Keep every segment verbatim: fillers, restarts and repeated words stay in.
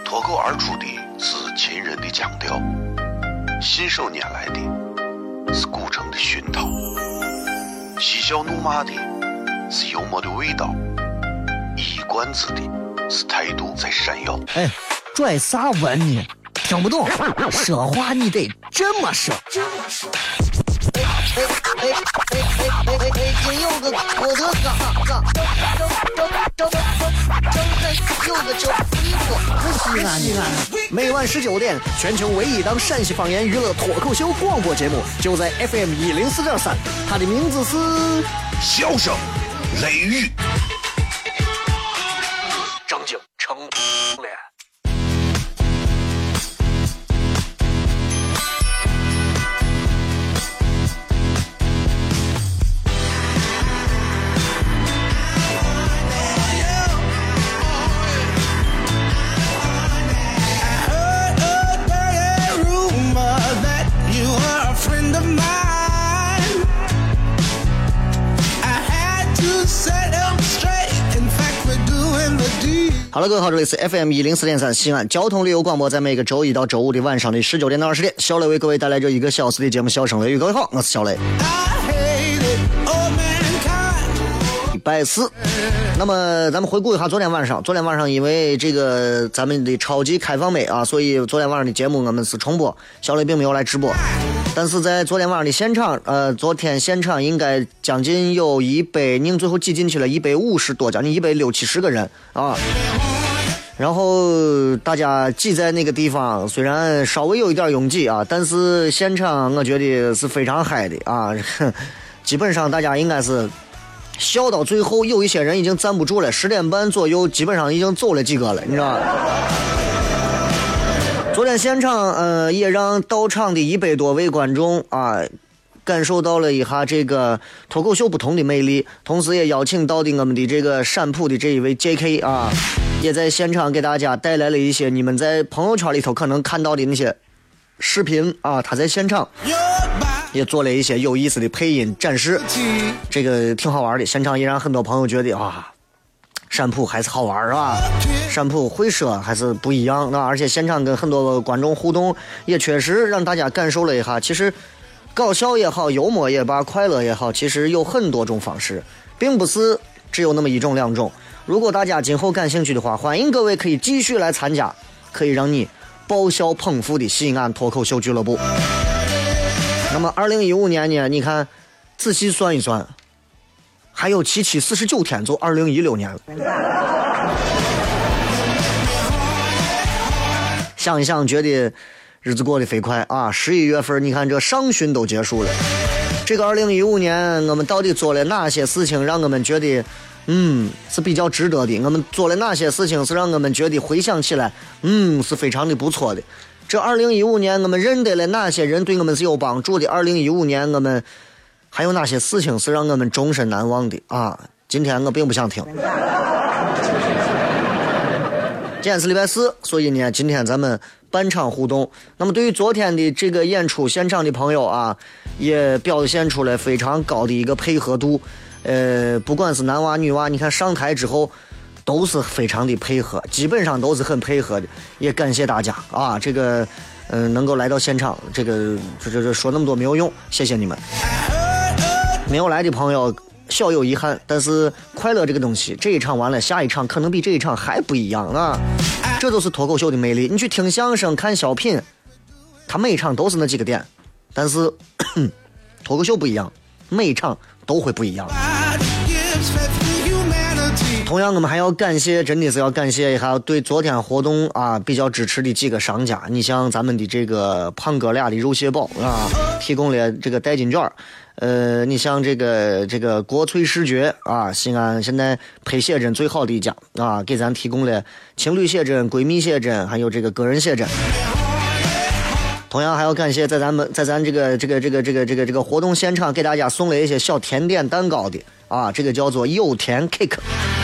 脱口而出的是秦人的腔调，信手拈来的是古城的熏陶，嬉笑怒骂的是幽默的味道，一冠子的是态度在闪耀。 哎，拽啥文呢？听不懂，说话你得这么说。哎哎哎哎哎哎哎！今有个我的嘎嘎，张张张张有个叫逼我，西安西安。每晚十九点，全球唯一档陕西方言娱乐脱口秀广播节目，就在 F M 一零四点三，它的名字是笑声雷雨。 正经成脸。好了，各位好，这里是 F M 一零四点三西安交通旅游广播，在每个周一到周五的晚上的十九点到二十点，小雷为各位带来这一个小时的节目，笑声雷雨。各位好，我是小雷。礼拜四，那么咱们回顾一下昨天晚上，昨天晚上因为这个咱们的超级开放美啊，所以昨天晚上的节目我们是重播，小雷并没有来直播。但是在昨天晚上的现场，呃，昨天现场应该将近有一百，您最后挤进去了一百五十多，将近一百六七十个人啊。然后大家挤在那个地方，虽然稍微有一点拥挤啊，但是现场我觉得是非常嗨的啊。基本上大家应该是笑到最后，有一些人已经站不住了，十点半左右基本上已经走了几个了，你知道吗？昨天现场，呃，也让到场的一百多位观众啊，感受到了一下这个脱口秀不同的魅力，同时也邀请到的我们的这个陕普的这一位 J K 啊，也在现场给大家带来了一些你们在朋友圈里头可能看到的那些视频啊，他在现场也做了一些有意思的配音展示，这个挺好玩的。现场也让很多朋友觉得啊，陕普还是好玩啊，陕普会说还是不一样啊，而且现场跟很多观众互动，也确实让大家感受了一下，其实搞笑也好，幽默也罢，快乐也好，其实有很多种方式，并不是只有那么一种两种。如果大家今后感兴趣的话，欢迎各位可以继续来参加，可以让你爆笑捧腹的西安脱口秀俱乐部。那么二零一五年呢，你看仔细算一算，还有七七四十九天就二零一六年了。想一想觉得日子过得飞快啊！十一月份你看这上旬都结束了，这个二零一五年我们到底做了哪些事情让我们觉得嗯是比较值得的？我们做了哪些事情是让我们觉得回想起来嗯是非常的不错的？这二零一五年我们认得了哪些人对我们是有帮助的？二零一五年我们还有哪些事情是让我们终身难忘的啊？今天我并不想听。今天是礼拜四，所以呢，今天咱们半场互动。那么对于昨天的这个演出现场的朋友啊，也表现出来非常高的一个配合度。呃，不管是男娃女娃，你看上台之后都是非常的配合，基本上都是很配合的。也感谢大家啊，这个嗯、呃、能够来到现场，这个这这这说那么多没有用，谢谢你们。没有来的朋友小有遗憾，但是快乐这个东西，这一场完了，下一场可能比这一场还不一样啊！这都是脱口秀的魅力。你去听相声、看小品，他每一场都是那几个点，但是脱口秀不一样，每一场都会不一样。同样我们还要感谢，真的是要感谢一下对昨天活动啊比较支持的几个商家。你像咱们的这个胖哥俩的肉蟹煲啊，提供了这个代金券。呃，你像这个这个国粹视觉啊，西安现在配写真最好的一家啊，给咱提供了情侣写真、闺蜜写真，还有这个个人写真。同样还要感谢在咱们在咱这个这个这个这个这个这个活动现场给大家送了一些小甜点蛋糕的啊，这个叫做有甜 cake，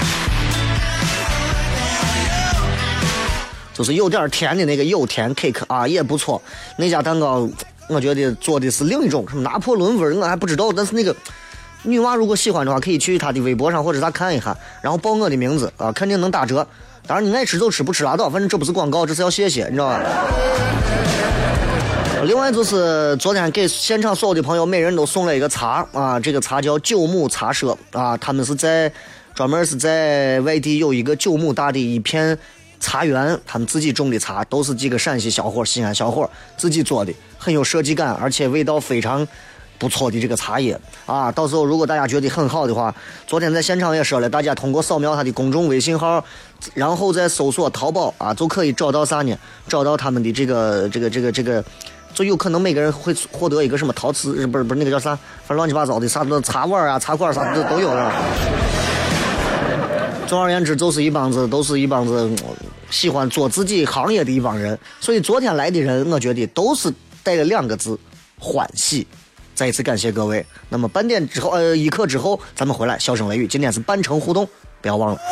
就是有点甜的那个有甜 cake 啊，也不错。那家蛋糕我觉得做的是另一种什么拿破仑味，我还不知道，但是那个女娃如果喜欢的话，可以去她的微博上或者她看一下，然后报我的名字啊，肯定能打折。 当然你爱吃就吃，不吃拉倒，反正这不是广告，这是要谢谢，你知道吧？另外就是昨天给现场所有的朋友每人都送了一个茶啊，这个茶叫九牧茶社啊，他们是在专门是在外地有一个九牧大的一片茶园，他们自己种的茶，都是几个陕西小伙、西安小伙自己做的，很有设计感，而且味道非常不错的这个茶叶啊。到时候如果大家觉得很好的话，昨天在现场也说了，大家通过扫描他的公众微信号，然后再搜索淘宝啊，就可以找到啥呢？找到他们的这个这个这个这个。就有可能每个人会获得一个什么陶瓷，不是不是那个叫啥，反正乱七八糟的啥的茶碗啊、茶罐啥的都有了。总而言之，就是一帮子，都是一帮子喜欢做自己行业的一帮人。所以昨天来的人，我觉得都是带了两个字：欢喜。再一次感谢各位。那么半点之后，呃，一刻之后，咱们回来，笑声雷雨。今天是半程互动，不要忘了。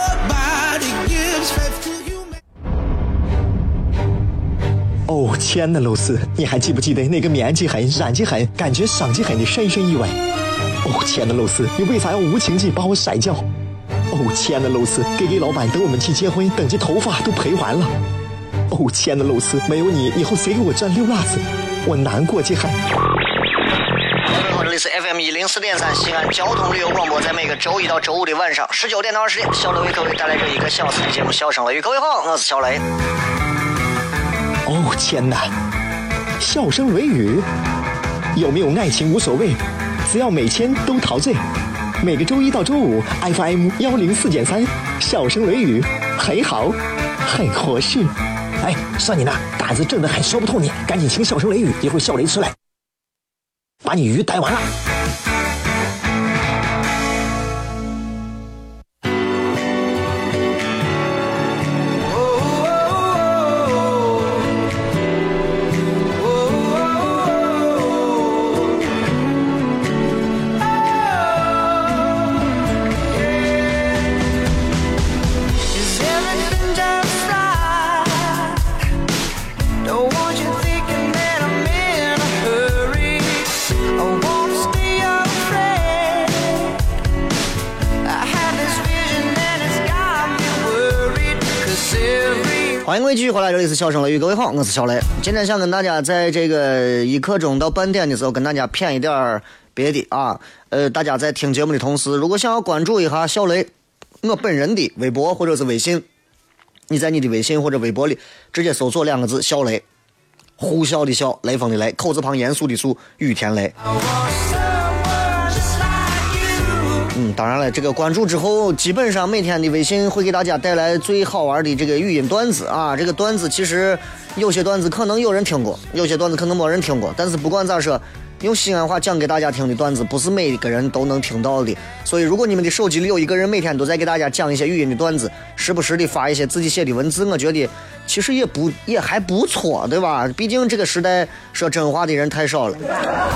哦，亲爱的露丝，你还记不记得那个棉积狠、染剂狠、感觉伤及狠的深深意外？哦，亲爱的露丝，你为啥要无情地把我甩掉？哦，亲爱的露丝 ，G G 老板等我们去结婚，等这头发都赔完了。哦，亲爱的露丝，没有你，以后谁给我赚溜辣子？我难过极狠。 好，这里是 F M 一零四点三西安交通旅游广播，在每个周一到周五的晚上十九点到二十点，小雷为各位带来这一个小时的节目《笑声雷雨》。各位好，我是小雷。 哦天哪，笑声雷雨，有没有爱情无所谓，只要每天都陶醉。每个周一到周五 F M 一零四点三，笑声雷雨，很好，很合适。哎，算你那胆子正的很，说不透你，赶紧请笑声雷雨，一会儿笑雷出来，把你鱼逮完了。 欢迎各位继续回来，这里是笑声雷雨，各位好，我是小雷。今天想跟大家在这个一刻钟到半点的时候，跟大家骗一点别的啊。呃，大家在听节目的同时，如果想要关注一下小雷我本人的微博或者是微信，你在你的微信或者微博里直接搜索两个字小雷，呼啸的啸，雷锋的雷，口字旁严肃的肃，雨田雷。嗯，当然了，这个关注之后，基本上每天的微信会给大家带来最好玩的这个语音段子啊。这个段子其实有些段子可能有人听过，有些段子可能没人听过，但是不管咋说，用西安话讲给大家听的段子不是每个人都能听到的。所以如果你们的手机里有一个人每天都在给大家讲一些语音的段子，时不时的发一些自己写的文字，我觉得其实也不也还不错，对吧？毕竟这个时代说真话的人太少了。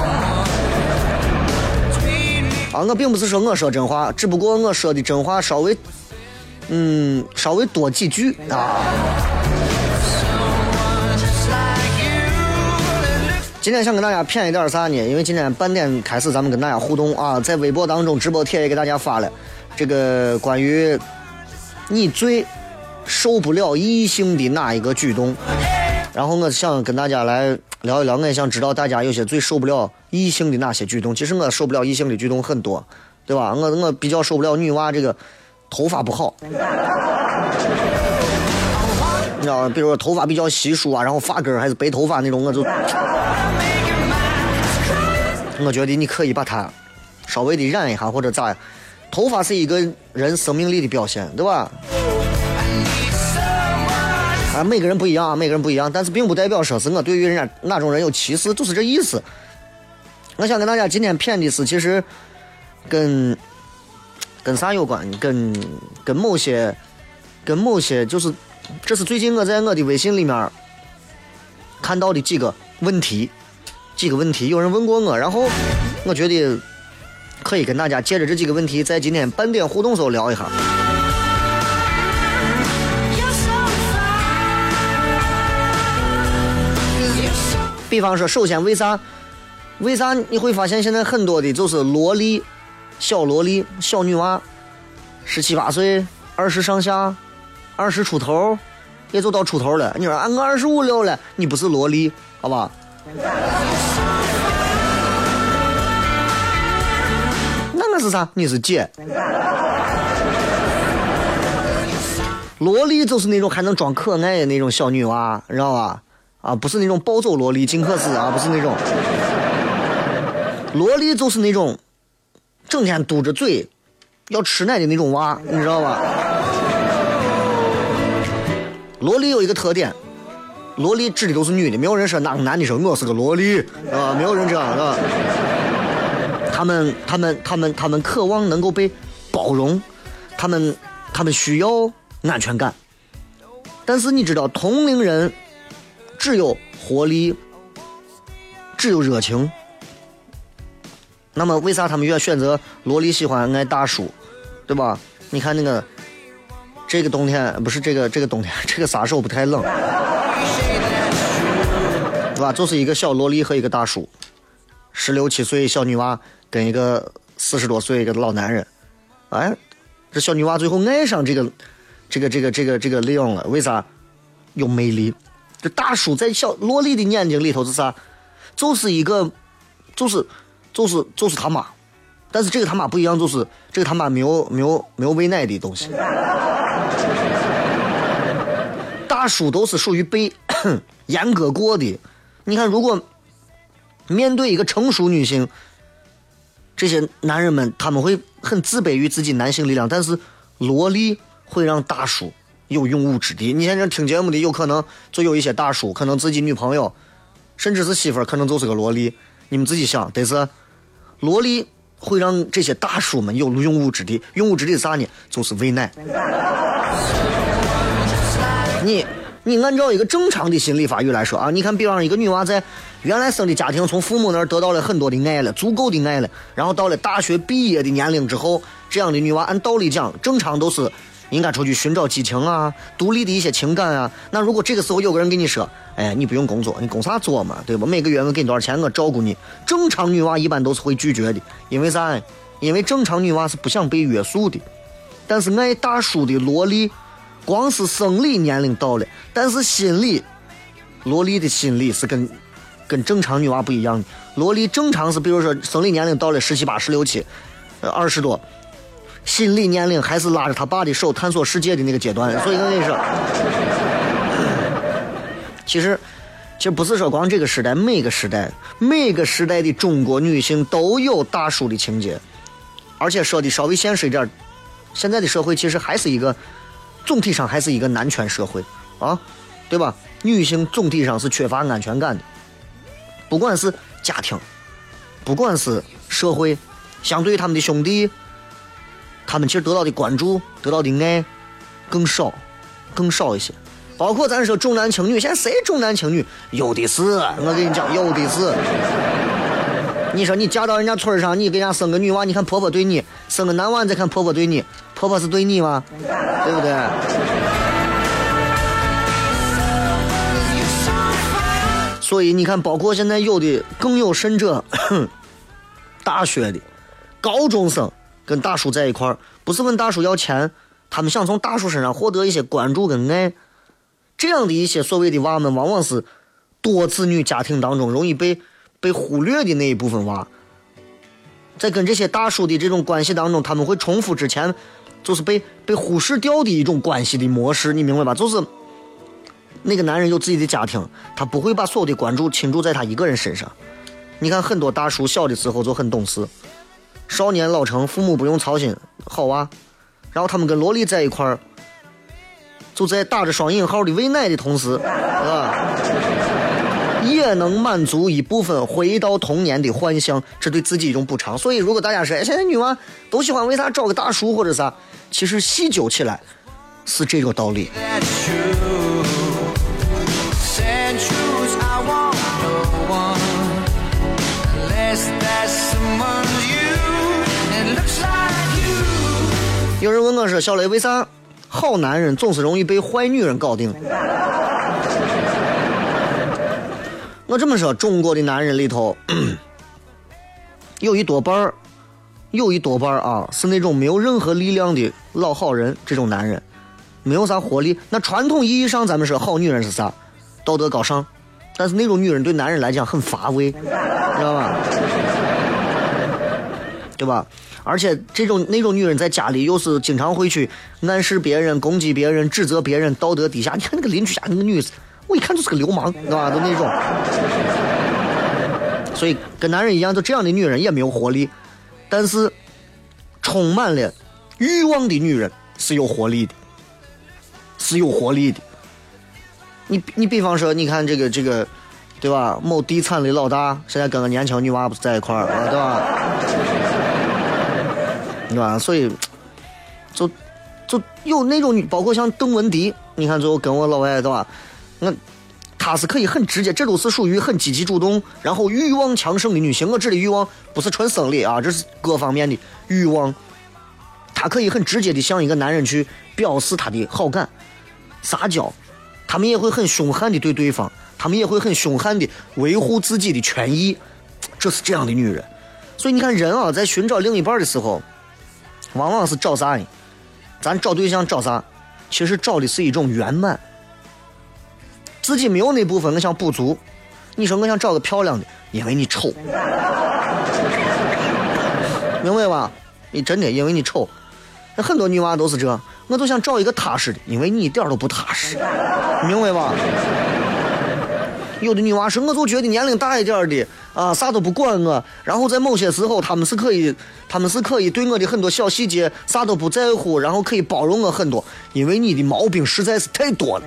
啊，我并不是说我说真话，只不过我说的真话稍微，嗯，稍微多几句啊。今天想跟大家骗一点啥呢？因为今天半点开始咱们跟大家互动啊，在微博当中直播帖也给大家发了这个关于你最受不了异性的哪一个举动，然后我想跟大家来聊一聊，我也想知道大家有些最受不了异性的哪些举动。其实我受不了异性的举动很多，对吧？我我比较受不了女娃这个头发不好，你知道，比如说头发比较稀疏啊，然后发根还是白头发那种，我就我觉得你可以把它稍微的染一下或者咋。头发是一个人生命力的表现，对吧？啊，每个人不一样啊，每个人不一样，但是并不代表说是我对于人家哪种人有歧视，就是这意思。我想跟大家今天骗的是，其实跟跟啥有关？跟跟某些跟某些，就是这是最近我在我的微信里面看到的几个问题，几个问题有人问过我，然后我觉得可以跟大家借着这几个问题，在今天半点互动时候聊一下。比方说，首先为啥为啥你会发现现在很多的就是萝莉、小萝莉、小女娃，十七八岁、二十上下二十出头，也就到出头了。你说俺我二十五六了，你不是萝莉，好吧？那我是啥？你是姐。萝莉就是那种还能装可爱的那种小女娃，知道吧？啊，不是那种暴走萝莉、金克斯啊，不是那种。萝莉就是那种整天嘟着嘴要吃奶的那种娃，你知道吧？萝莉有一个特点，萝莉指的都是女的，没有人说哪个男的说我是个萝莉啊，没有人这样的。他们他们他们他们渴望能够被包容，他们他们需要安全感。但是你知道，同龄人只有活力，只有热情。那么为啥他们越选择萝莉喜欢爱大叔，对吧？你看那个这个冬天不是这个这个冬天这个啥时候不太冷，对吧？就是一个小萝莉和一个大叔，十六七岁小女娃跟一个四十多岁一个老男人，哎，这小女娃最后爱上这个这个这个这个这个利用了，为啥？有魅力。这大叔在小萝莉的眼睛里头是啥？就是一个，就是就是就是他妈，但是这个他妈不一样，就是这个他妈没有没有没有喂奶的东西。大叔都是属于被阉割过的。你看，如果面对一个成熟女性，这些男人们他们会很自卑于自己男性力量，但是萝莉会让大叔有用武之地。你现在听节目的有可能就有一些大叔，可能自己女朋友甚至是媳妇儿可能就是个萝莉，你们自己想。但是萝莉会让这些大叔们有用武之地。用武之地是啥呢？就是喂奶。你你按照一个正常的心理法语来说啊，你看比方一个女娃在原来生的家庭从父母那儿得到了很多的爱了，足够的爱了，然后到了大学毕业的年龄之后，这样的女娃按道理讲正常都是应该出去寻找激情啊，独立的一些情感啊。那如果这个时候有个人跟你说，哎，你不用工作，你工啥做嘛，对吧？每个月我给你多少钱，我照顾你。正常女娃一般都是会拒绝的，因为啥？因为正常女娃是不想被约束的。但是爱大叔的萝莉，光是生理年龄到了，但是心理，萝莉的心理是跟跟正常女娃不一样的。萝莉正常是比如说生理年龄到了十七八、十六七、呃二十多。心理年龄还是拉着他爸的手探索世界的那个阶段，所以我跟你说，其实其实不是说光这个时代，每个时代每个时代的中国女性都有大叔的情节。而且说的稍微现实一点，现在的社会其实还是一个总体上还是一个男权社会啊，对吧？女性总体上是缺乏安全感的，不管是家庭，不管是社会，相对于他们的兄弟，他们其实得到的关注得到的爱更少更少一些。包括咱说重男轻女，现在谁重男轻女？有的是，我跟你讲，有的是。你说你嫁到人家村上，你给人家生个女娃，你看婆婆对你；生个男娃再看婆婆对你，婆婆是对你吗？对不对？所以你看，包括现在有的更有甚者，大学的高中生跟大叔在一块儿，不是问大叔要钱，他们想从大叔身上获得一些关注跟爱。这样的一些所谓的娃们，往往是多子女家庭当中容易被被忽略的那一部分娃。在跟这些大叔的这种关系当中，他们会重复之前就是被被忽视掉的一种关系的模式，你明白吧？就是那个男人有自己的家庭，他不会把所有的关注倾注在他一个人身上。你看很多大叔小的时候就很懂事，少年老成，父母不用操心，好啊。然后他们跟萝莉在一块儿，就在打着双引号的喂奶的同时，啊，也能满足一部分回到童年的幻想，这对自己一种补偿。所以如果大家说，哎，现在女娃都喜欢为啥找个大叔或者啥，其实细究起来是这个道理。有人问我说，小雷，为啥好男人总是容易被坏女人搞定？我这么说，中国的男人里头有一多半有一多半啊是那种没有任何力量的老好人。这种男人没有啥活力。那传统意义上咱们说好女人是啥？道德高尚，但是那种女人对男人来讲很乏味，知道吧？对吧？而且这种那种女人在家里又是经常会去暗示别人、攻击别人、指责别人，道德低下。你看那个邻居家那个女子，我一看就是个流氓，对吧？都那种。所以跟男人一样，就这样的女人也没有活力，但是充满了欲望的女人是有活力的，是有活力的。你你比方说，你看这个这个，对吧？某地产的老大现在跟个年轻女娃不是在一块儿啊，对吧？对吧？所以就就有那种，包括像邓文迪，你看最后跟我老外，对吧？那她是可以很直接，这都是属于很积极主动，然后欲望强盛的女性。我这里欲望不是纯生理啊，这是各方面的欲望。她可以很直接的向一个男人去表示她的好感、撒娇，他们也会很凶悍的对对方，他们也会很凶悍的维护自己的权益。这是这样的女人。所以你看人啊，在寻找另一半的时候，往往是找啥呢？咱找对象找啥？其实找的是一种圆满。自己没有那部分，我想补足。你说我想找个漂亮的，因为你丑，明白吧？你真的因为你丑。那很多女娃都是这，我都想找一个踏实的，因为你一点都不踏实，明白吧？有的女娃说，我就觉得年龄大一点的啊，啥都不管我，然后在某些时候他们是可以他们是可以对我的很多小细节啥都不在乎，然后可以包容我很多，因为你的毛病实在是太多了。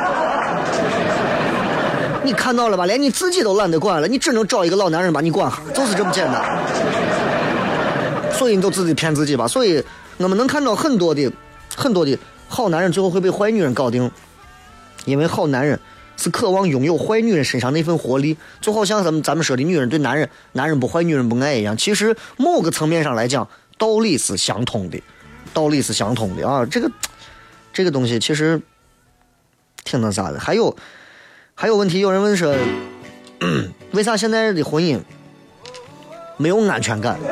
你看到了吧，连你自己都懒得管了，你只能找一个老男人把你管好，就是这么简单。所以你都自己骗自己吧。所以我们能看到很多的很多的好男人最后会被坏女人搞定，因为好男人是渴望拥有坏女人身上那份活力，就好像咱们咱们说的女人对男人男人不坏女人不爱一样。其实某个层面上来讲，道理是相通的，道理是相通的啊。这个这个东西其实挺那啥的。还有还有问题，有人问说，为啥现在的婚姻没有安全感？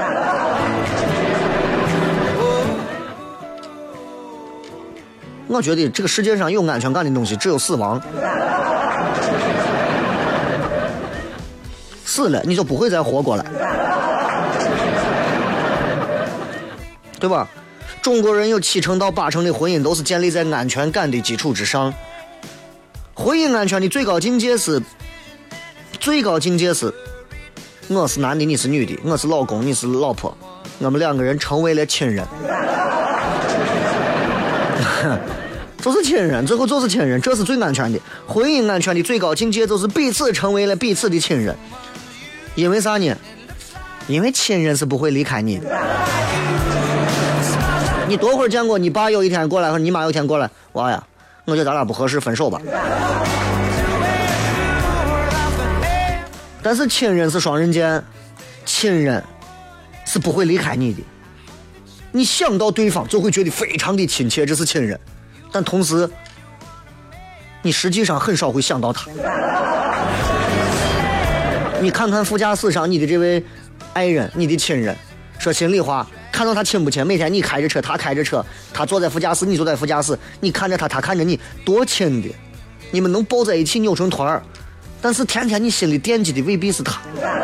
我觉得这个世界上有安全感的东西只有死亡。死了你就不会再活过来，对吧？中国人有七成到八成的婚姻都是建立在安全感的基础之上。婚姻安全的最高境界是最高境界是我是男的你是女的，我是老公你是老婆，我们两个人成为了亲人。就是亲人，最后就是亲人，这是最安全的。婚姻安全的最高境界就是彼此成为了彼此的亲人。因为啥呢？因为亲人是不会离开你的。你多会儿见过你爸有一天过来，或者你妈有一天过来，娃呀，我觉得咱俩不合适，分手吧。但是亲人是双刃剑，亲人是不会离开你的。你想到对方就会觉得非常的亲切，这是亲人。但同时你实际上很少会想到他。你看看副驾驶上你的这位爱人，你的亲人，说心里话，看到他亲不亲？每天你开着车他开着车，他坐在副驾驶你坐在副驾驶，你看着他他看着你，多亲的，你们能抱在一起扭成团儿。但是天天你心里惦记的未必是他。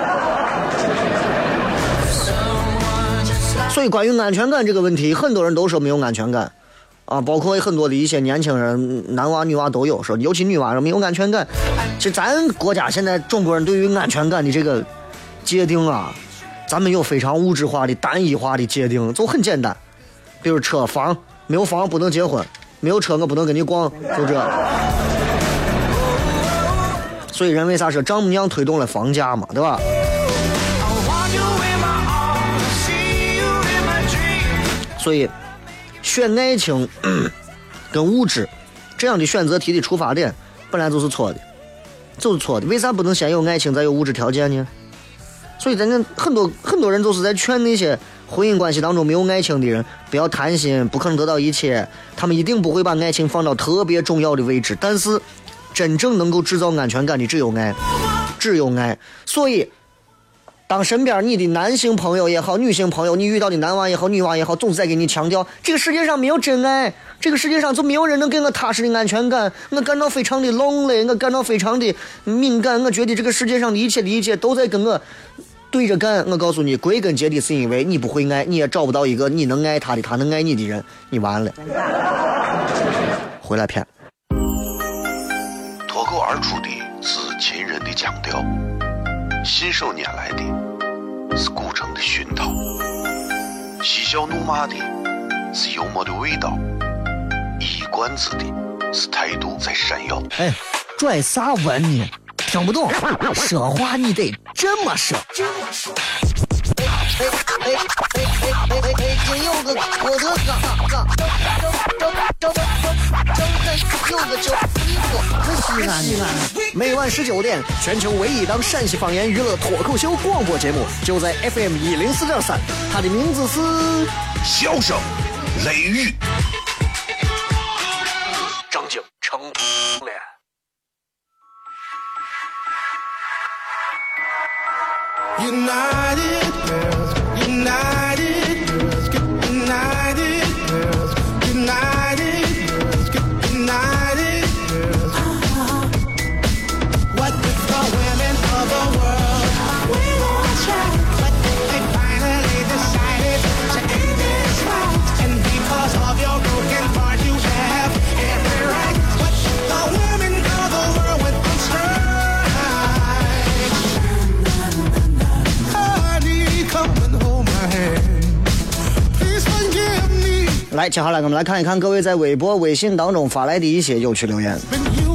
所以关于安全感这个问题，很多人都说没有安全感啊，包括很多的一些年轻人，男娃女娃都有说，尤其女娃说没有安全感。其实咱国家现在中国人对于安全感的这个界定啊，咱们有非常物质化的单一化的界定，就很简单，比如车房，没有房不能结婚，没有车我不能跟你逛，就这。所以人为啥说丈母娘推动了房价嘛，对吧？所以选爱情跟物质这样的选择题的出发点本来就是错的，就是错的。为啥不能先有爱情再有物质条件呢？所以咱们很多很多人都是在劝那些婚姻关系当中没有爱情的人不要贪心，不可能得到一切，他们一定不会把爱情放到特别重要的位置。但是真正能够制造安全感的只有爱，只有爱。所以当身边你的男性朋友也好，女性朋友，你遇到的男娃也好，女娃也好，总是在给你强调这个世界上没有真爱，这个世界上就没有人能给我踏实的安全感，我感到非常的 lonely， 我感到非常的敏感，我觉得这个世界上的一切的一切都在跟我对着干。我告诉你，归根结底是因为你不会爱，你也找不到一个你能爱他的，他能爱你的人，你完了。回来骗。 脱口而出的是秦人的腔调，信手拈来的是古城的熏陶，嬉笑怒骂的是幽默的味道，一冠子的是态度在闪耀。 哎，拽啥文呢？听不懂，说话你得这么说。哎哎哎哎哎哎哎！今有个我的嘎嘎，张张张张张张开有个叫一个可西安西安。每晚十九点，全球唯一档陕西方言娱乐脱口秀广播节目，就在 F M 一零四点三。它的名字是笑声雷雨。 张景成脸。 United girls, United girls, get United girls, United girls, get United girls. Uh-huh. What if the women of the world we won't try, but they finally decided to end this fight, and because of your broken heart you have every right. What if the women of the world went on strike? 来，接下来我们来看一看各位在微博、微信当中发来的一些有趣留言。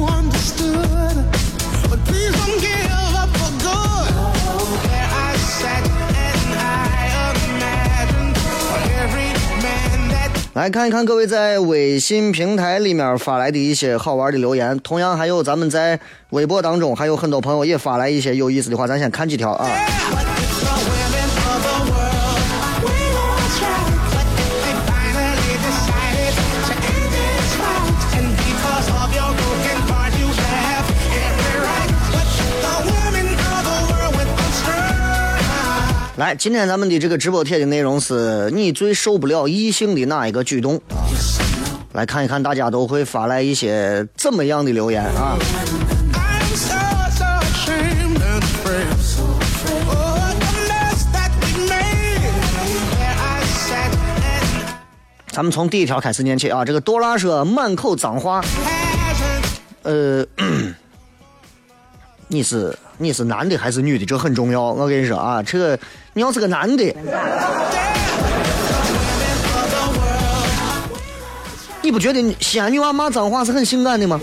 来看一看各位在微信平台里面发来的一些好玩的留言，同样还有咱们在微博当中还有很多朋友也发来一些有意思的话，咱先看几条啊。来，今天咱们的这个直播帖的内容是你最受不了异性的哪一个举动啊？来看一看大家都会发来一些怎么样的留言啊。咱们从第一条开始念起啊，这个多拉说满口脏话，呃。你是你是男的还是女的，这很重要。我跟你说啊，这个你要是个男的，你不觉得西安女娃骂脏话是很性感的吗？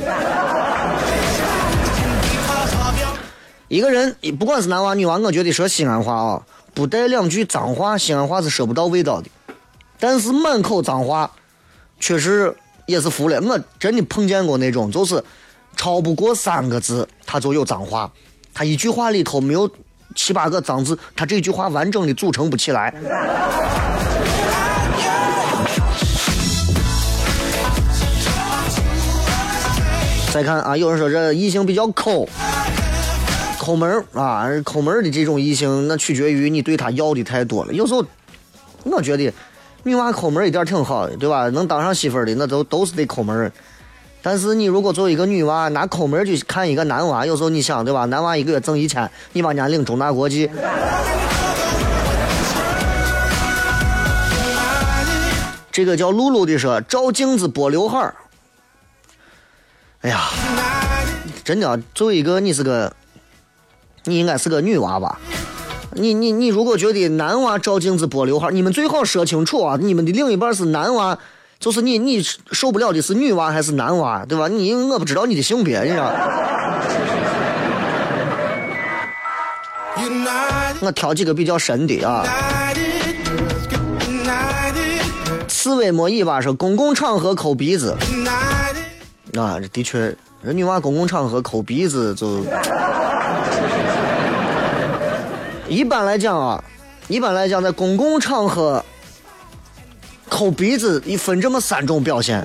一个人不管是男娃女娃，我觉得说西安话啊，不带两句脏话，西安话是说不到味道的。但是满口脏话，确实也是服了。我真的碰见过那种，就是超不过三个字，他就有脏话。他一句话里头没有七八个脏字，他这句话完整的组成不起来。再看啊，有人说这异性比较抠，抠门啊，抠门的这种异性，那取决于你对他要的太多了。有时候我觉得女娃抠门一点挺好的，对吧？能当上媳妇的那都都是得抠门。但是你如果作为一个女娃拿抠门去看一个男娃，有时候你想，对吧？男娃一个月挣一千，你把人家领中大国际，这个叫露露的说照镜子拨刘海。哎呀，真的，作为一个你是个，你应该是个女娃吧？你你你如果觉得男娃照镜子拨刘海，你们最好说清楚啊！你们的另一半是男娃。就是你，你受不了的是女娃还是男娃，对吧？你我不知道你的性别，你知道？我挑几个比较深的啊。刺猬摸尾巴说公共场合抠鼻子，啊，这的确，人女娃公共场合抠鼻子就，一般来讲啊，一般来讲在公共场合。抠鼻子一分这么三种表现，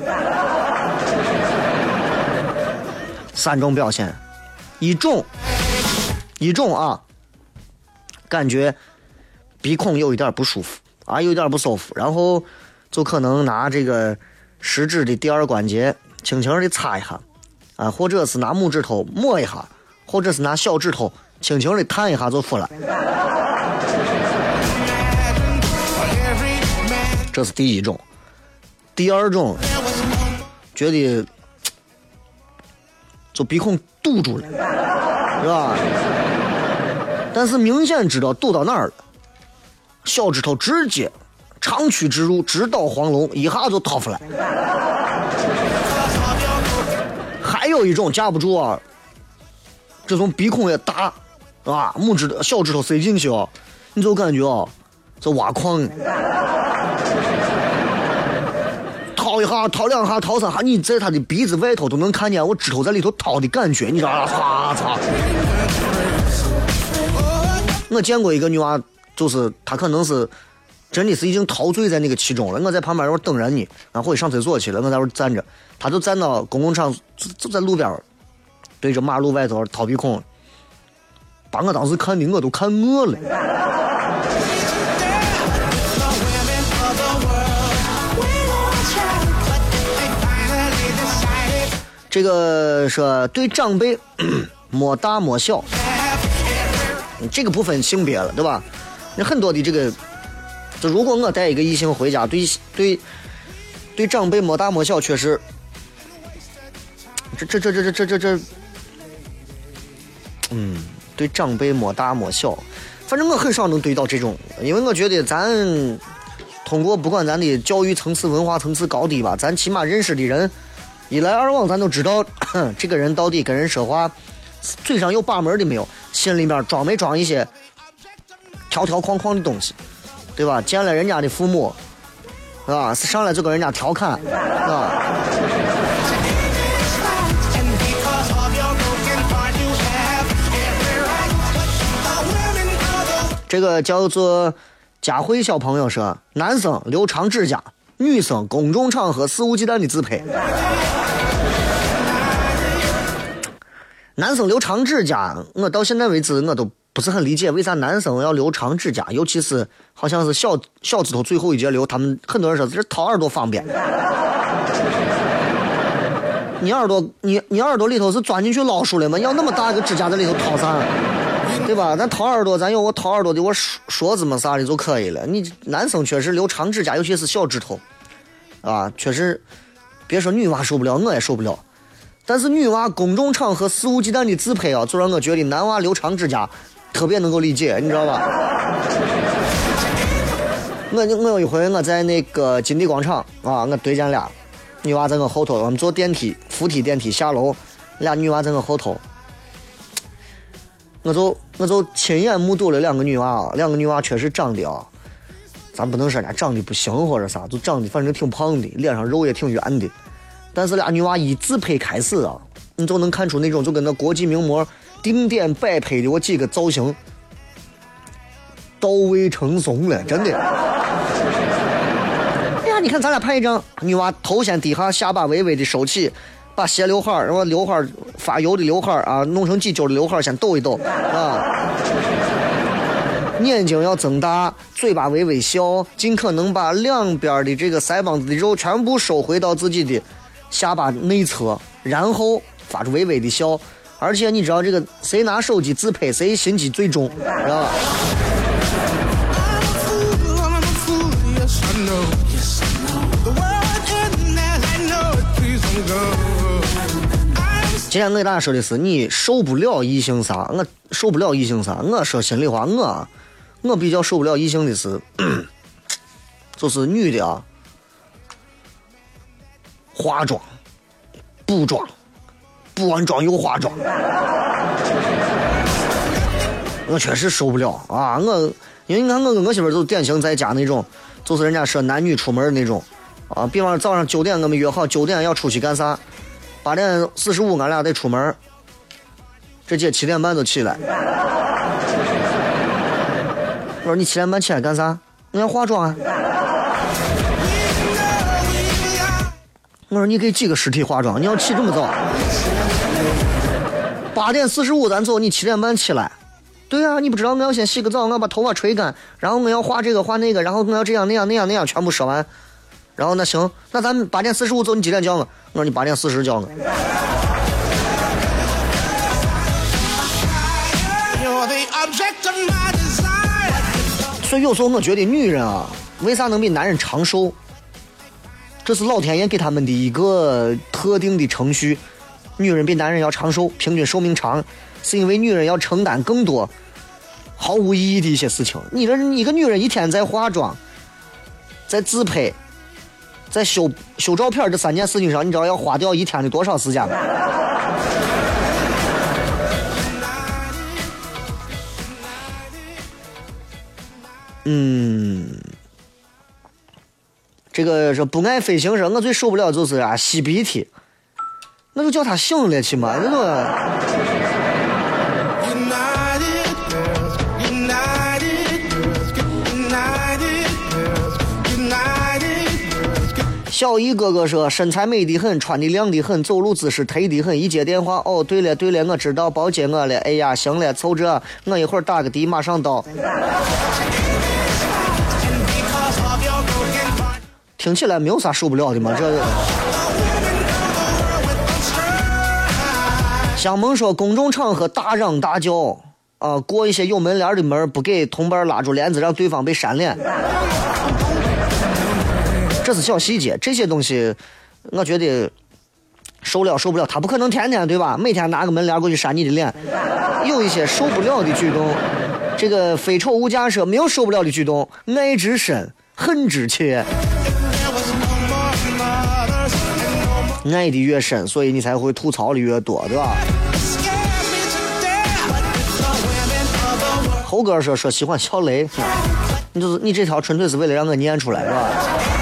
三种表现，一种一种啊， 感觉鼻孔有一点不舒服啊，有一点不舒服，然后就可能拿这个食指的第二关节轻轻的擦一下啊，或者是拿拇指头摸一下，或者是拿小指头轻轻的探一下就服了。这是第一种。第二种觉得就鼻孔堵住了，是吧？但是明显知道堵到哪儿了，小指头直接长驱直入，直捣黄龙，一下就掏出来。还有一种架不住啊，这种鼻孔也大啊，拇指小指头塞进去啊，你就感觉啊，这挖矿。掏一下，掏两下，掏三下，你在他的鼻子外头都能看见我指头在里头掏的感觉，你知道吗？擦擦。我见过一个女娃，就是她可能是真的是已经陶醉在那个其中了。我在旁边我等人呢，然后我上厕所去了，我在那站着，她就站到公共场，就就在路边，对着马路外头掏鼻孔，把我当时看的我都看饿了。这个说对长辈摸大摸小，这个不分性别了，对吧？那很多的这个，就如果我带一个异性回家，对对对长辈摸大摸小，确实，这这这这这这这，嗯，对长辈摸大摸小，反正我很少能对到这种，因为我觉得咱通过不管咱的教育层次、文化层次高低吧，咱起码认识的人。一来二往，咱都知道这个人到底跟人说话，嘴上有把门的没有，心里面装没装一些条条框框的东西，对吧？见了人家的父母，啊，上来就跟人家调侃，啊。这个叫做佳慧小朋友说，男生留长指甲，女生公众场合肆无忌惮的自拍。男生留长指甲，我到现在为止我都不是很理解，为啥男生要留长指甲，尤其是好像是小小指头最后一节留，他们很多人说这掏耳朵方便。你耳朵你你耳朵里头是钻进去老鼠了吗？要那么大一个指甲在里头掏啥？对吧？咱掏耳朵，咱有我掏耳朵的我说子么啥的就可以了。你男生确实留长指甲，尤其是小指头，啊，确实，别说女娃受不了，我也受不了。但是女娃公众场合肆无忌惮的自拍啊，就让我觉得男娃留长指甲特别能够理解，你知道吧？我我有一回我在那个金地广场啊，我对见俩女娃在我后头，我们坐电梯扶梯电梯下楼，俩女娃在我后头。我就我就亲眼目睹了两个女娃，两个女娃确实长得啊，咱不能说人家长得不行或者啥，就长得反正挺胖的，脸上肉也挺圆的。但是俩女娃一自拍开始啊，你就能看出那种就跟那国际名模定点摆拍的我几个造型到位成怂了，真的。哎呀，你看咱俩拍一张，女娃头先低下，下巴微微的收起。把斜刘海儿，然后刘海儿发油的刘海儿啊，弄成几揪的刘海儿，先抖一抖啊。眼睛要增大，嘴巴微微笑，尽可能把两边的这个腮帮子的肉全部收回到自己的下巴内侧，然后发出微微的笑。而且你知道这个谁拿手机自拍，谁心机最重，知道吧？今天我给大家说的是，你受不了异性啥？我受不了异性啥？我说心里话，我我比较受不了异性的是，就是女的啊，化妆、补妆、补完妆又化妆，我确实受不了啊！我因为你看我跟我媳妇都典型在家那种，就是人家说男女出门的那种啊。比方说早上九点我们约好九点要出去干啥？八点四十五，俺俩得出门。这姐七点半就起来。我说你七点半起来干啥？我要化妆啊。我说你给几个尸体化妆？你要起这么早？八点四十五咱走，你七点半起来， 对啊，你不知道我要先洗个澡，我要把头发吹干，然后我要画这个画那个，然后我要这样那样那样那样，全部说完。然后那行，那咱们八点四十五走，你几点叫我？我说你八点四十叫我。所以有时候我觉得女人啊，为啥能比男人长寿？这是老天爷给他们的一个特定的程序。女人比男人要长寿，平均寿命长，是因为女人要承担更多毫无意义的一些事情。你这一个女人一天在化妆，在自拍，在修修照片这三件事情上，你知道要花掉一天的多少时间吗？嗯，这个是不爱飞行时，我最受不了就是啊吸鼻涕，那就叫他醒了去嘛，那就。小姨哥哥说身材美得很，穿的亮的很，走路姿势忒的很，一接电话，哦对了对了，我知道包接我了，哎呀行了凑这，我一会儿打个的马上到。听起来没有啥受不了的嘛，这香萌说公众场合大嚷大叫啊，过一些有门帘的门不给同伴拉住帘子，让对方被扇脸，这是小细节，这些东西我觉得受不了受不了，他不可能天天对吧，每天拿个门帘过去扇你的脸，有一些受不了的举动。这个非丑无价说没有受不了的举动，爱之深恨之切，爱的越深，所以你才会吐槽的越多，对吧？猴哥说说喜欢小雷，你就是你这条纯粹是为了让我念出来，是吧？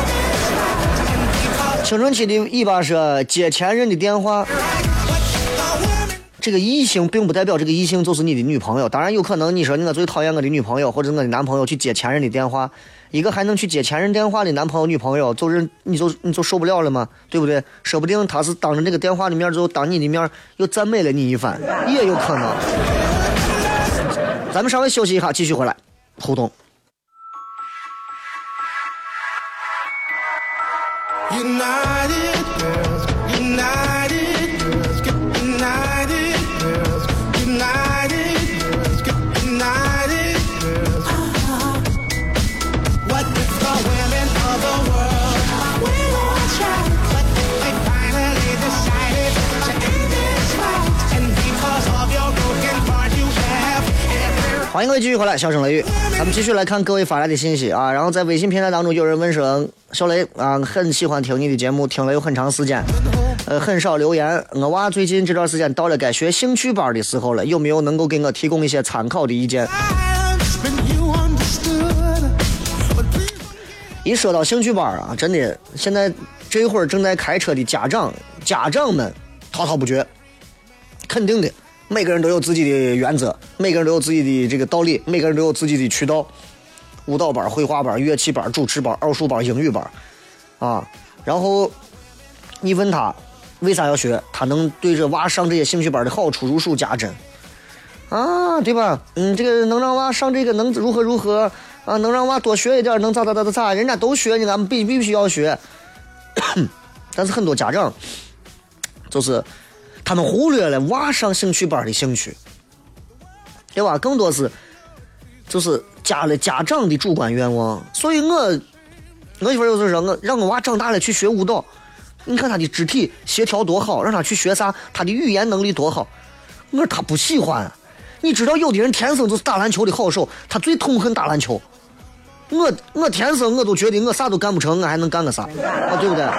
青春期的尾巴说接前任的电话，这个异性并不代表这个异性就是你的女朋友，当然有可能你说我最讨厌我的女朋友或者我的男朋友去接前任的电话，一个还能去接前任电话的男朋友女朋友，就是你就你就受不了了吗？对不对？说不定他是当着这个电话的面，就当你的面又赞美了你一番，也有可能。咱们稍微休息一下，继续回来互动。 United girls, united girls, get united girls, united girls, get united girls. What if the women of the world we will try, but they finally decided to end this fight, and because of your broken heart you have every 欢迎各位继续回来，笑声雷雨。咱们继续来看各位发来的信息啊。然后在微信平台当中，有人问说：“小雷啊，很喜欢听你的节目，听了有很长时间，呃，很少留言。我娃最近这段时间到了该学兴趣班的时候了，有没有能够给我提供一些参考的意见？”一说到兴趣班啊，真的，现在这会儿正在开车的家长家长们滔滔不绝，肯定的。每个人都有自己的原则，每个人都有自己的这个道理，每个人都有自己的渠道。舞蹈班、绘画班、乐器班、主持班、奥数班、英语班，啊，然后你问他为啥要学，他能对着娃上这些兴趣班的好处如数家珍，啊，对吧？嗯，这个能让娃上这个能如何如何啊？能让娃多学一点，能咋咋咋咋咋，人家都学，你咱们必必须要学。但是很多家长就是他们忽略了娃上兴趣班的兴趣，对吧？更多是就是加了家长的主观愿望。所以我我媳妇有时候说我让我娃长大了去学舞蹈，你看他的肢体协调多好，让他去学啥，他的语言能力多好。我说他不喜欢，你知道有的人天生就是打篮球的好手，他最痛恨打篮球。我我天生我都觉得我啥都干不成，我还能干个啥啊？对不对？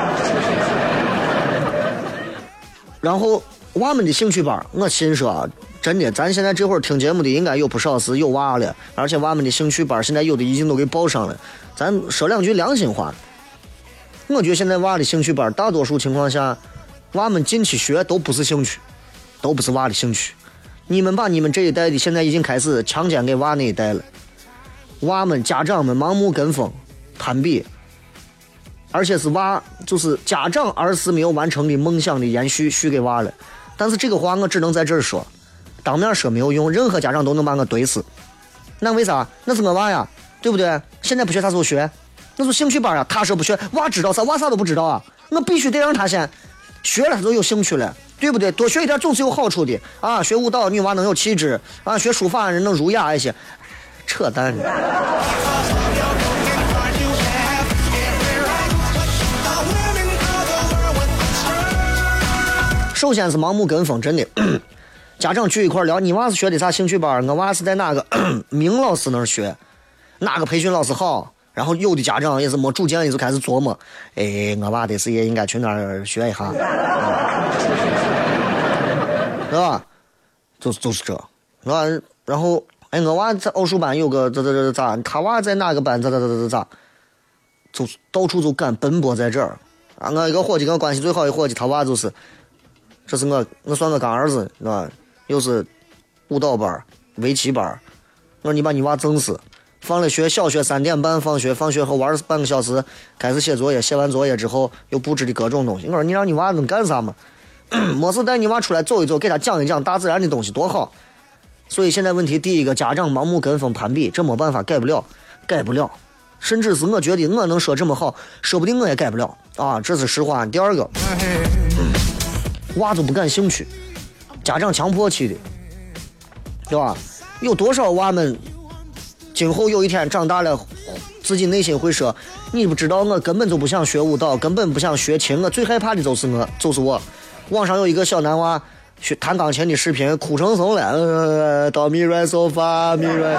然后娃们的兴趣班，我心说啊，真的，咱现在这会儿听节目的应该有不少是有娃了，而且娃们的兴趣班现在有的已经都给报上了。咱说两句良心话，我觉得现在娃的兴趣班大多数情况下，娃们进去学都不是兴趣，都不是娃的兴趣。你们把你们这一代的现在已经开始强奸给娃那一代了，娃们家长们盲目跟风攀比，而且是娃就是家长儿时没有完成的梦想的延续续给娃了。但是这个话我只能在这儿说， 当面说没有用，任何家长都能把我怼死。那为啥？那是我娃呀，对不对？现在不学他就学，那是兴趣班啊。他说不学，娃知道啥？娃啥都不知道啊。我必须得让他先学了，他就有兴趣了，对不对？多学一点总是有好处的啊。学舞蹈，女娃能有气质啊；学书法，人能儒雅一些。扯淡。首先是盲目跟风，真的。家长聚一块聊，你娃是学的啥兴趣班？我娃是在哪个名老师那儿学，哪个培训老师好？然后有的家长也是没主见，也就开始琢磨，哎，我娃的是也应该去那儿学一下，是吧？就就是这，啊，然后哎，我娃在奥数班有个咋咋咋咋，他娃在哪个班咋咋咋咋咋，就到处就敢奔波在这儿。啊，我一个伙计跟我关系最好的伙计，他娃就是。这是我，我算我干儿子，是吧？又是舞蹈班、围棋班，我说你把你娃整死。放了学，小学三点半放学，放学后玩半个小时，开始写作业。写完作业之后，又布置的各种东西。我说你让你娃能干啥嘛？没事带你娃出来走一走，给他讲一讲大自然的东西多好。所以现在问题，第一个，家长盲目跟风攀比，这没办法，改不了，改不了。甚至是我觉得我能说这么好，说不定我也改不了啊，这是实话。第二个。娃都不感兴趣，家长强迫起的，对吧？有多少娃们今后有一天长大了，自己内心会说：“你不知道，我根本就不想学舞蹈，根本不想学琴，我最害怕的就是我，就是我。”网上有一个小男娃学弹钢琴的视频，哭成怂了，呃，到咪来嗦发咪来。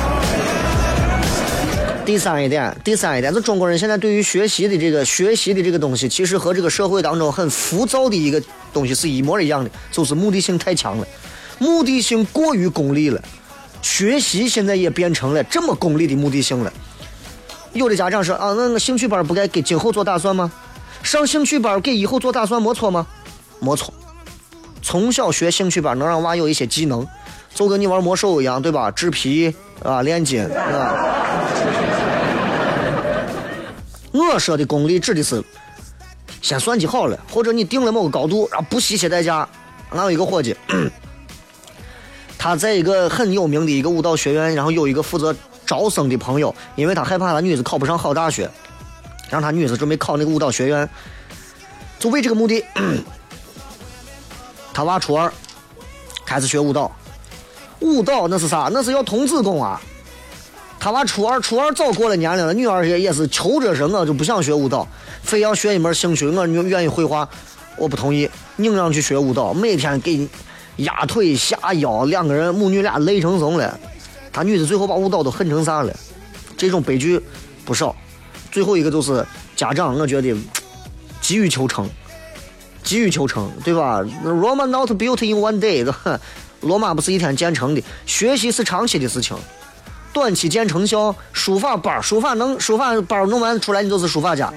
第三一点，第三一点，就中国人现在对于学习的这个学习的这个东西，其实和这个社会当中很浮躁的一个东西是一模一样的，就是目的性太强了，目的性过于功利了。学习现在也变成了这么功利的目的性了。有的家长说啊，那个兴趣班不该给今后做打算吗？上兴趣班给以后做打算没错吗？没错。从小学兴趣班能让娃有一些技能，就跟你玩魔兽一样，对吧？制皮啊，炼金啊。我说的功利指的是先算计好了，或者你定了某个高度，然后不惜一些代价。俺有一个伙计，他在一个很有名的一个舞蹈学院，然后有一个负责招生的朋友，因为他害怕他女子考不上好大学，让他女子准备考那个舞蹈学院，就为这个目的，他娃初二开始学舞蹈。舞蹈那是啥？那是要童子功啊！他娃初二，初二早过了年龄了，女儿也也是求着说，我就不想学舞蹈，非要学一门兴趣，我愿意绘画，我不同意，硬让去学舞蹈，每天给压腿下腰，两个人母女俩累成怂了，他女子最后把舞蹈都恨成啥了，这种悲剧不少。最后一个就是家长，我觉得急于求成，急于求成，对吧 ？Roma not built in one day， 罗马不是一天建成的，学习是长期的事情。短期见成效，书法班，书法能书法班弄完出来，你就是书法家，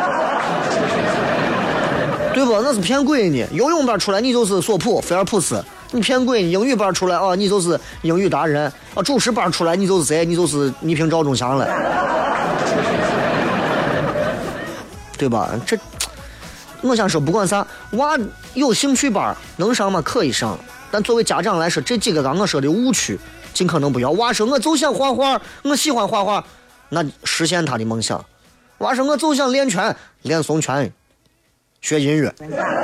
对不？那是骗鬼呢。游泳班出来，你就是索普菲尔普斯，你骗鬼。英语班出来啊，你就是英语达人啊。主持班出来，你就是谁？你就是倪萍赵忠祥了，对吧？这我想说，不管啥，娃有兴趣班能上吗？可以上，但作为家长来说，这几个刚我说的误区。尽可能不要。娃说我就想画画，我喜欢画画，那实现他的梦想。娃说我就想练拳，练松拳，学音乐。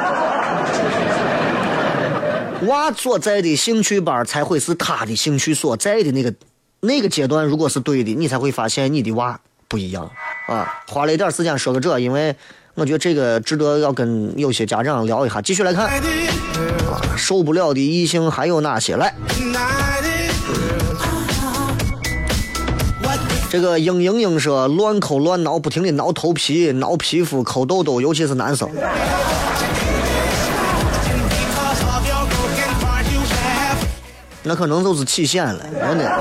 娃所在的兴趣班才会是他的兴趣所在的那个那个阶段，如果是对的，你才会发现你的娃不一样啊。花了一点时间说个这，因为我觉得这个值得要跟有些家长聊一下。继续来看啊，受不了的异性还有哪些？来。这个英英英说乱抠乱挠，不停的挠头皮、挠皮肤、抠痘痘，尤其是男生。那可能就是起线了，真的。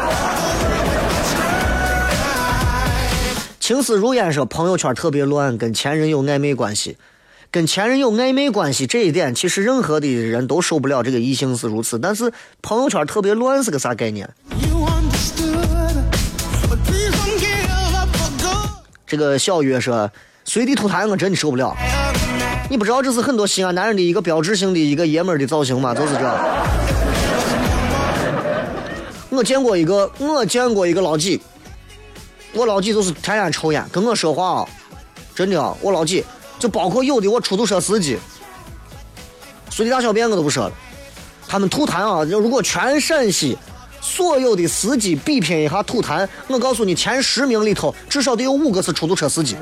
情丝如烟说朋友圈特别乱，跟前任有暧昧关系。跟前任有暧昧关系这一点，其实任何的人都受不了，这个异性是如此。但是朋友圈特别乱是个啥概念？这个小月说随地吐痰我真的受不了。你不知道这是很多西安男人的一个标志性的一个爷们儿的造型吗？就是这。 我见过一个，我见过一个老几，我老几就是天天抽烟，跟我说话啊，真的啊，我老几就包括有的我出租车司机，随地大小便我都不说了，他们吐痰啊，如果全陕西所有的司机比拼一下吐痰，我告诉你，前十名里头至少得有五个是出租车司机。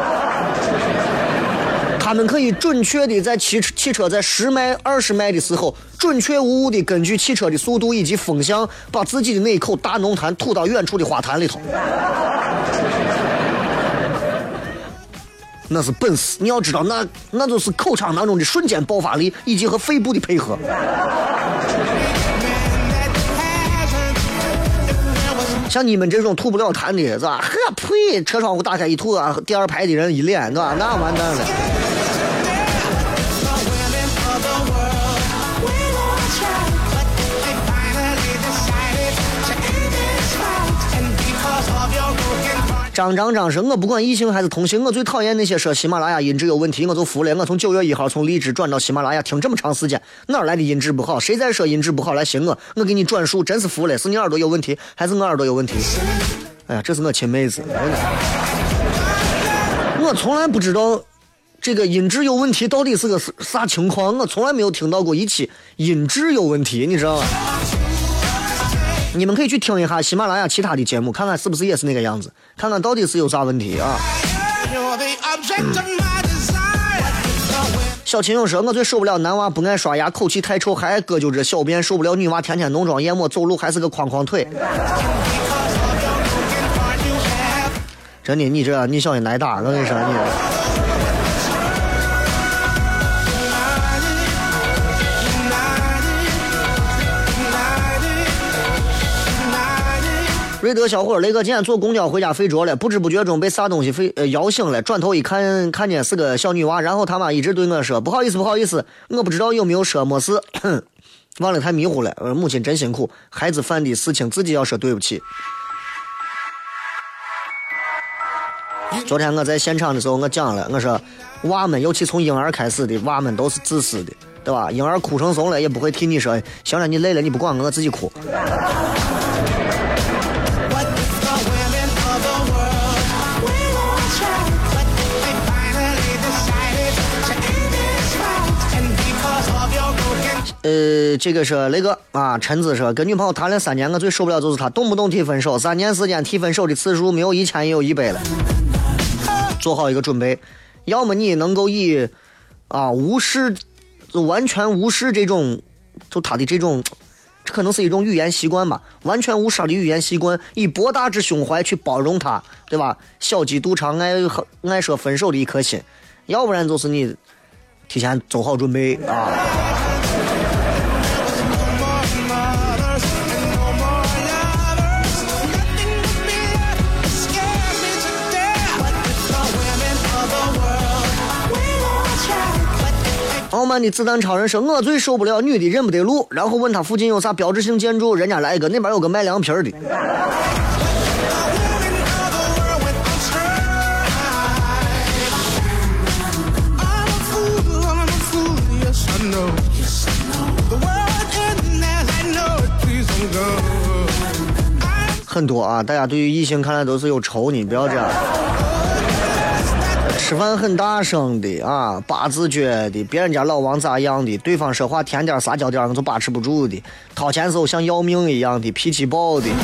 他们可以准确的在汽汽车在十迈、二十迈的时候，准确无误的根据汽车的速度以及风向，把自己的那一口大浓痰吐到远处的花坛里头。那是本事，你要知道，那那就是口腔当中的瞬间爆发力以及和肺部的配合。像你们这种吐不了痰的，是吧？呵呸！车窗户打开一吐啊，第二排的人一脸，对吧？那完蛋了。张张张说，我不管异性还是同性，我最讨厌那些说喜马拉雅音质有问题，我就服了。我从九月一号从荔枝转到喜马拉雅，听这么长时间，哪来的音质不好？谁在说音质不好来寻我？我给你转述，真是服了。是你耳朵有问题，还是我耳朵有问题？哎呀，这是我亲妹子，我从来不知道这个音质有问题到底是个啥情况，我从来没有听到过一期音质有问题，你知道吗？你们可以去听一下喜马拉雅其他的节目，看看是不是也是那个样子，看看到底是有啥问题啊。嗯、小秦勇说，我最受不了男娃不爱刷牙，口气太臭，还爱割就这小便，受不了女娃天天浓妆艳抹，走路还是个框框腿。真的，你这你小心挨打，我跟你说你。瑞德小伙，雷哥今天坐公交回家睡着了，不知不觉中被啥东西飞呃摇醒了，转头一看，看见是个小女娃，然后他妈一直对我说不好意思不好意思，我不知道有没有说没事，忘了太迷糊了，呃，母亲真辛苦，孩子犯的事情自己要说对不起。昨天我在现场的时候我讲了，我说娃们尤其从婴儿开始的娃们都是自私的，对吧？婴儿哭成怂了也不会替你说行了你累了你不管我自己哭。呃，这个是雷哥啊，陈子说跟女朋友谈了三年，我最受不了就是他动不动提分手，三年时间提分手的次数没有一千也有一百了。做好一个准备，要么你能够以啊无视，就完全无视这种，就他的这种，这可能是一种语言习惯吧，完全无视他的语言习惯，以博大之胸怀去包容他，对吧？小鸡肚肠爱爱说分手的一颗心，要不然就是你提前做好准备啊。傲慢的子弹超人说，我最受不了女的认不得路，然后问他附近有啥标志性建筑，人家来一个那边有个卖凉皮的。很多啊，大家对于异性看来都是有仇，你不要这样。吃饭很大声的啊，八字诀的，别人家老王咋样的，对方说话甜点撒娇点我就把持不住的，掏钱时候像要命一样的，脾气暴的。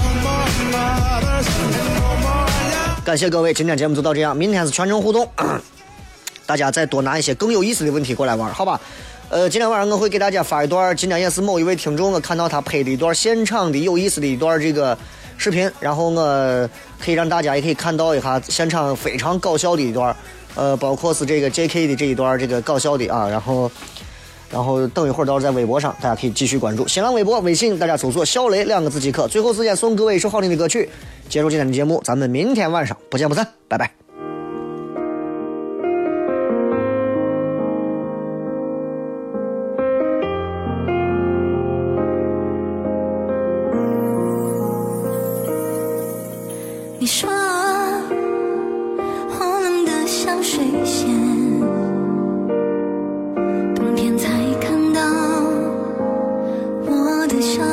感谢各位，今天节目就到这样，明天是全程互动，大家再多拿一些更有意思的问题过来玩，好吧？呃，今天晚上我会给大家发一段，今天也是某一位听众我看到他拍的一段现场的有意思的一段这个视频，然后我可以让大家也可以看到一下现场非常搞笑的一段。呃，包括是这个 J K 的这一段这个搞笑的啊，然后，然后等一会儿到时候在微博上大家可以继续关注，新浪微博、微信大家搜索“小雷”两个字即可。最后时间送各位一首好听的歌曲，结束今天的节目，咱们明天晚上不见不散，拜拜。 你说水仙，冬天才看到我的笑。